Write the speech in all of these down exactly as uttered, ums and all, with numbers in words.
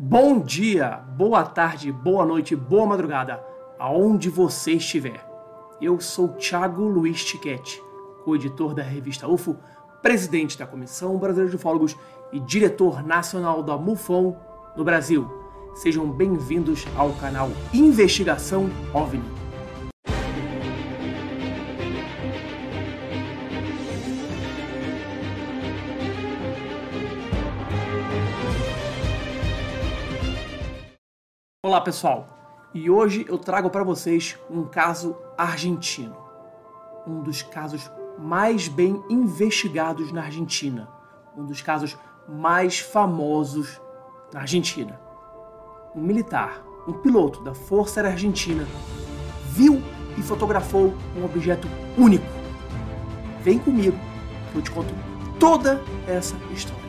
Bom dia, boa tarde, boa noite, boa madrugada, aonde você estiver. Eu sou Thiago Luiz Tiquete, co-editor da revista U F O, presidente da Comissão Brasileira de Ufólogos e diretor nacional da MUFON no Brasil. Sejam bem-vindos ao canal Investigação OVNI. Olá pessoal, e hoje eu trago para vocês um caso argentino, um dos casos mais bem investigados na Argentina, um dos casos mais famosos na Argentina. Um militar, um piloto da Força Aérea Argentina, viu e fotografou um objeto único. Vem comigo que eu te conto toda essa história.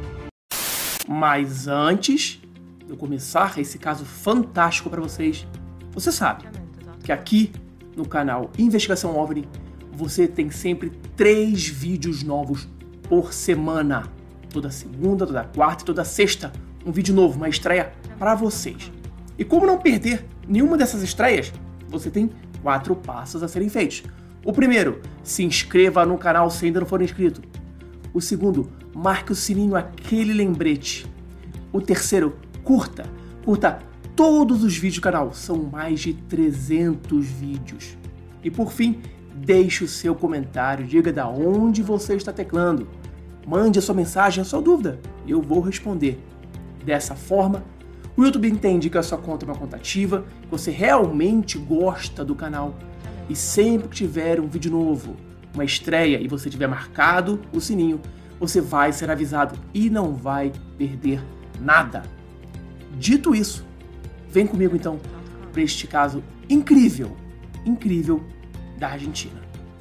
Mas antes de eu começar esse caso fantástico para vocês, você sabe que aqui no canal Investigação OVNI você tem sempre três vídeos novos por semana. Toda segunda, toda quarta e toda sexta, um vídeo novo, uma estreia para vocês. E como não perder nenhuma dessas estreias, você tem quatro passos a serem feitos. O primeiro, se inscreva no canal se ainda não for inscrito. O segundo, marque o sininho, aquele lembrete. O terceiro, curta, curta todos os vídeos do canal, são mais de trezentos vídeos. E por fim, deixe o seu comentário, diga da onde você está teclando. Mande a sua mensagem, a sua dúvida, eu vou responder. Dessa forma, o YouTube entende que a sua conta é uma conta ativa, que você realmente gosta do canal. E sempre que tiver um vídeo novo, uma estreia e você tiver marcado o sininho, você vai ser avisado e não vai perder nada. Dito isso, vem comigo então para este caso incrível, incrível da Argentina.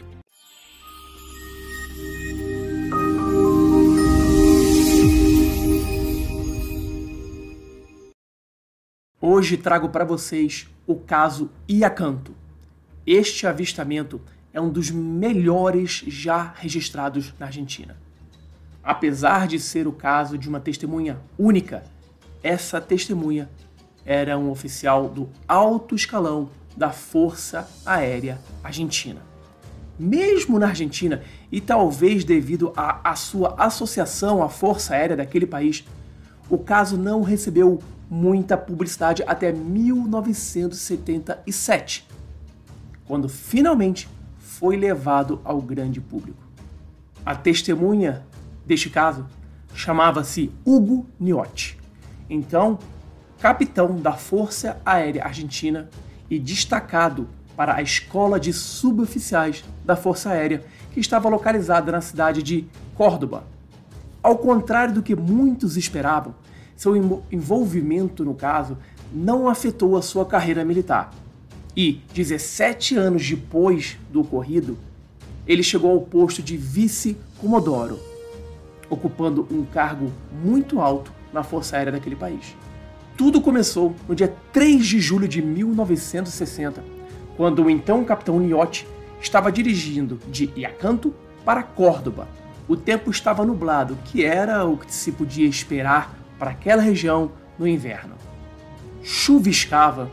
Hoje trago para vocês o caso Iacanto. Este avistamento é um dos melhores já registrados na Argentina. Apesar de ser o caso de uma testemunha única, essa testemunha era um oficial do alto escalão da Força Aérea Argentina. Mesmo na Argentina, e talvez devido à sua associação à Força Aérea daquele país, o caso não recebeu muita publicidade até mil novecentos e setenta e sete, quando finalmente foi levado ao grande público. A testemunha deste caso chamava-se Hugo Niotti. Então, capitão da Força Aérea Argentina e destacado para a Escola de Suboficiais da Força Aérea, que estava localizada na cidade de Córdoba. Ao contrário do que muitos esperavam, seu envolvimento no caso não afetou a sua carreira militar. E, dezessete anos depois do ocorrido, ele chegou ao posto de vice-comodoro, ocupando um cargo muito alto na Força Aérea daquele país. Tudo começou no dia três de julho de mil novecentos e sessenta, quando o então capitão Niotti estava dirigindo de Iacanto para Córdoba. O tempo estava nublado, que era o que se podia esperar para aquela região no inverno. Chuviscava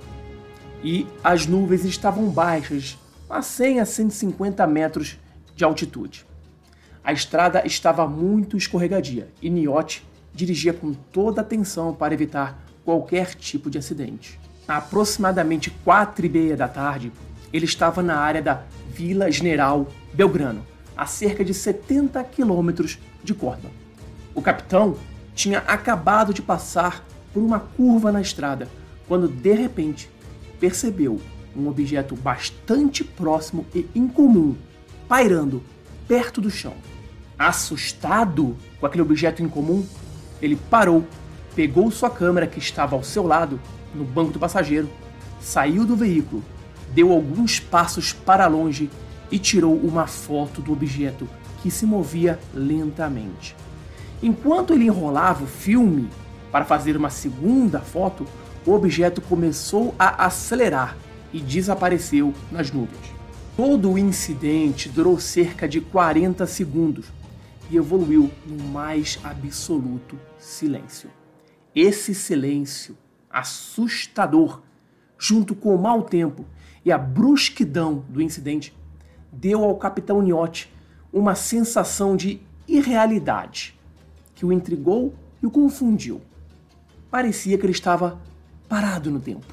e as nuvens estavam baixas, a cem a cento e cinquenta metros de altitude. A estrada estava muito escorregadia e Niotti dirigia com toda atenção para evitar qualquer tipo de acidente. A aproximadamente quatro e meia da tarde, ele estava na área da Vila General Belgrano, a cerca de setenta quilômetros de Córdoba. O capitão tinha acabado de passar por uma curva na estrada, quando de repente percebeu um objeto bastante próximo e incomum, pairando perto do chão. Assustado com aquele objeto incomum, ele parou, pegou sua câmera que estava ao seu lado, no banco do passageiro, saiu do veículo, deu alguns passos para longe e tirou uma foto do objeto que se movia lentamente. Enquanto ele enrolava o filme para fazer uma segunda foto, o objeto começou a acelerar e desapareceu nas nuvens. Todo o incidente durou cerca de quarenta segundos e evoluiu no mais absoluto silêncio. Esse silêncio assustador, junto com o mau tempo e a brusquidão do incidente, deu ao capitão Niotti uma sensação de irrealidade que o intrigou e o confundiu. Parecia que ele estava parado no tempo.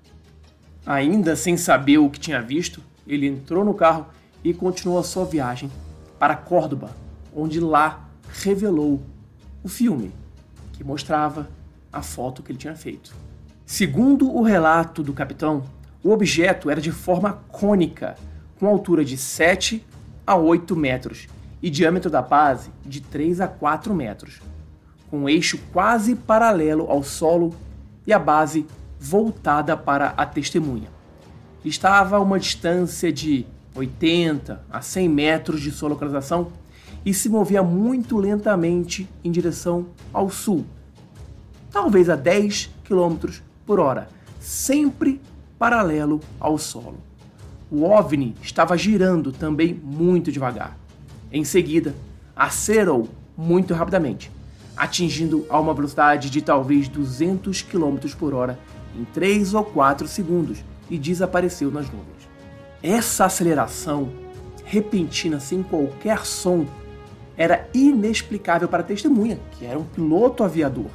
Ainda sem saber o que tinha visto, ele entrou no carro e continuou a sua viagem para Córdoba, onde lá revelou o filme que mostrava a foto que ele tinha feito. Segundo o relato do capitão, o objeto era de forma cônica, com altura de sete a oito metros e diâmetro da base de três a quatro metros, com um eixo quase paralelo ao solo e a base voltada para a testemunha. Estava a uma distância de oitenta a cem metros de sua localização e se movia muito lentamente em direção ao sul, talvez a dez quilômetros por hora, sempre paralelo ao solo. O OVNI estava girando também muito devagar. Em seguida, acelerou muito rapidamente, atingindo a uma velocidade de talvez duzentos quilômetros por hora em três ou quatro segundos e desapareceu nas nuvens. Essa aceleração repentina, sem qualquer som, era inexplicável para a testemunha, que era um piloto aviador.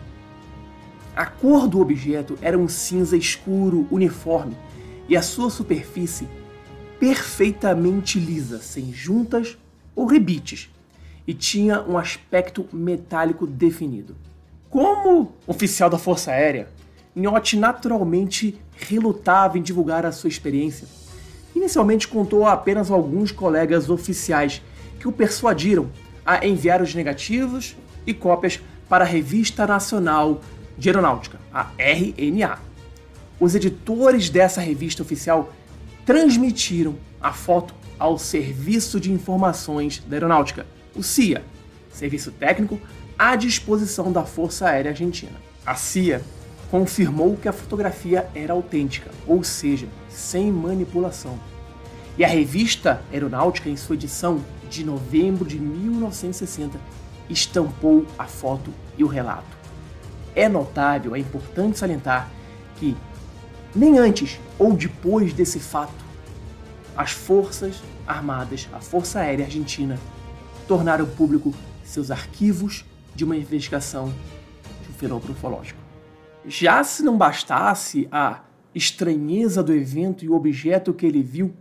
A cor do objeto era um cinza escuro uniforme e a sua superfície perfeitamente lisa, sem juntas ou rebites, e tinha um aspecto metálico definido. Como oficial da Força Aérea, Niotti naturalmente relutava em divulgar a sua experiência. Inicialmente contou a apenas alguns colegas oficiais que o persuadiram a enviar os negativos e cópias para a Revista Nacional de Aeronáutica, a R N A. Os editores dessa revista oficial transmitiram a foto ao Serviço de Informações da Aeronáutica, o C I A, Serviço Técnico à disposição da Força Aérea Argentina. A C I A confirmou que a fotografia era autêntica, ou seja, sem manipulação. E a revista Aeronáutica, em sua edição de novembro de mil novecentos e sessenta, estampou a foto e o relato. É notável, é importante salientar que nem antes ou depois desse fato, as Forças Armadas, a Força Aérea Argentina, tornaram público seus arquivos de uma investigação de um fenômeno ufológico. Já se não bastasse a estranheza do evento e o objeto que ele viu,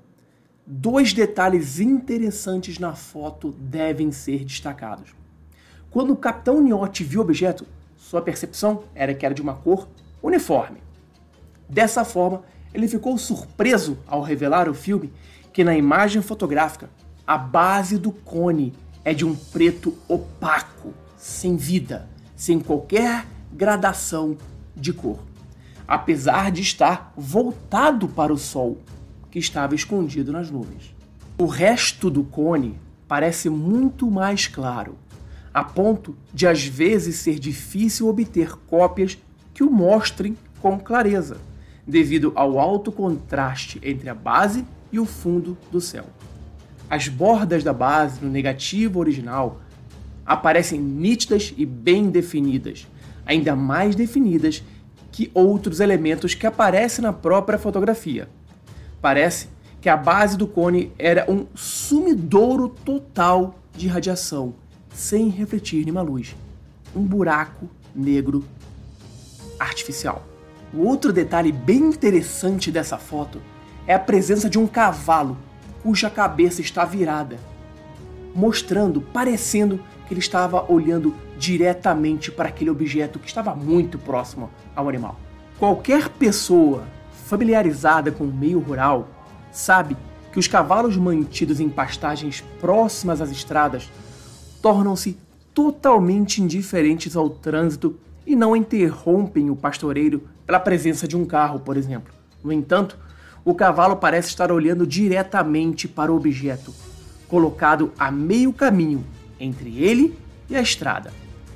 dois detalhes interessantes na foto devem ser destacados. Quando o capitão Niotti viu o objeto, sua percepção era que era de uma cor uniforme. Dessa forma, ele ficou surpreso ao revelar ao filme que na imagem fotográfica, a base do cone é de um preto opaco, sem vida, sem qualquer gradação de cor, apesar de estar voltado para o Sol, que estava escondido nas nuvens. O resto do cone parece muito mais claro, a ponto de às vezes ser difícil obter cópias que o mostrem com clareza, devido ao alto contraste entre a base e o fundo do céu. As bordas da base no negativo original aparecem nítidas e bem definidas, ainda mais definidas que outros elementos que aparecem na própria fotografia. Parece que a base do cone era um sumidouro total de radiação, sem refletir nenhuma luz. Um buraco negro artificial. O outro detalhe bem interessante dessa foto é a presença de um cavalo cuja cabeça está virada, mostrando, parecendo que ele estava olhando diretamente para aquele objeto que estava muito próximo ao animal. Qualquer pessoa familiarizada com o meio rural sabe que os cavalos mantidos em pastagens próximas às estradas tornam-se totalmente indiferentes ao trânsito e não interrompem o pastoreio pela presença de um carro, por exemplo. No entanto, o cavalo parece estar olhando diretamente para o objeto, colocado a meio caminho entre ele e a estrada.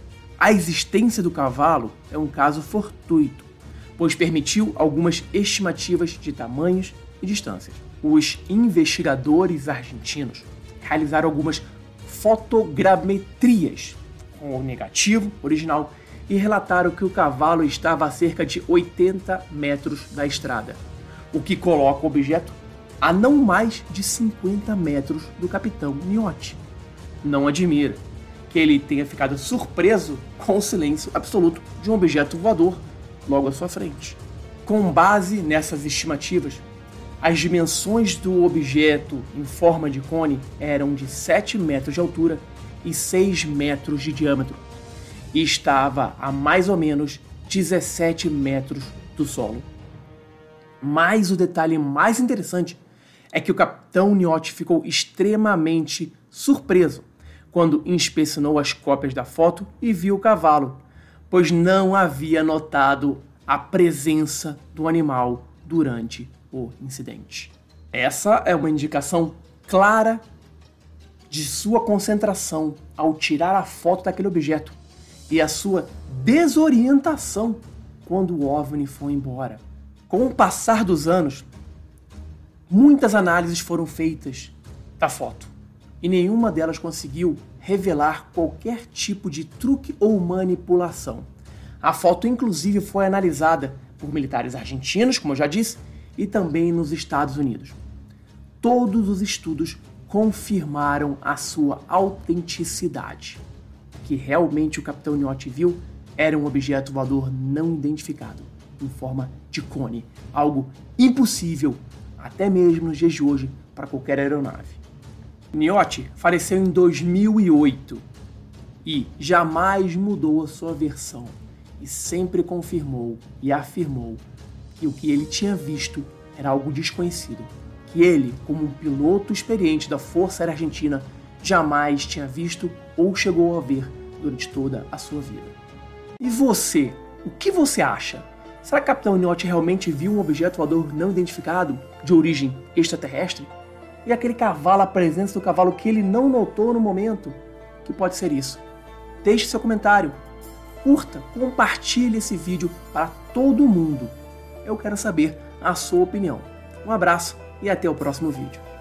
A existência do cavalo é um caso fortuito, pois permitiu algumas estimativas de tamanhos e distâncias. Os investigadores argentinos realizaram algumas fotogrametrias com o negativo original e relataram que o cavalo estava a cerca de oitenta metros da estrada, o que coloca o objeto a não mais de cinquenta metros do capitão Niotti. Não admira que ele tenha ficado surpreso com o silêncio absoluto de um objeto voador logo à sua frente. Com base nessas estimativas, as dimensões do objeto em forma de cone eram de sete metros de altura e seis metros de diâmetro, e estava a mais ou menos dezessete metros do solo. Mas o detalhe mais interessante é que o capitão Niotti ficou extremamente surpreso quando inspecionou as cópias da foto e viu o cavalo, pois não havia notado a presença do animal durante o incidente. Essa é uma indicação clara de sua concentração ao tirar a foto daquele objeto e a sua desorientação quando o OVNI foi embora. Com o passar dos anos, muitas análises foram feitas da foto e nenhuma delas conseguiu revelar qualquer tipo de truque ou manipulação. A foto, inclusive, foi analisada por militares argentinos, como eu já disse, e também nos Estados Unidos. Todos os estudos confirmaram a sua autenticidade. O que realmente o capitão Niotti viu era um objeto voador não identificado, em forma de cone, algo impossível, até mesmo nos dias de hoje, para qualquer aeronave. Niotti faleceu em dois mil e oito e jamais mudou a sua versão e sempre confirmou e afirmou que o que ele tinha visto era algo desconhecido, que ele, como um piloto experiente da Força Aérea Argentina, jamais tinha visto ou chegou a ver durante toda a sua vida. E você? O que você acha? Será que o capitão Niotti realmente viu um objeto voador não identificado de origem extraterrestre? E aquele cavalo, a presença do cavalo que ele não notou no momento? Que pode ser isso? Deixe seu comentário, curta, compartilhe esse vídeo para todo mundo. Eu quero saber a sua opinião. Um abraço e até o próximo vídeo.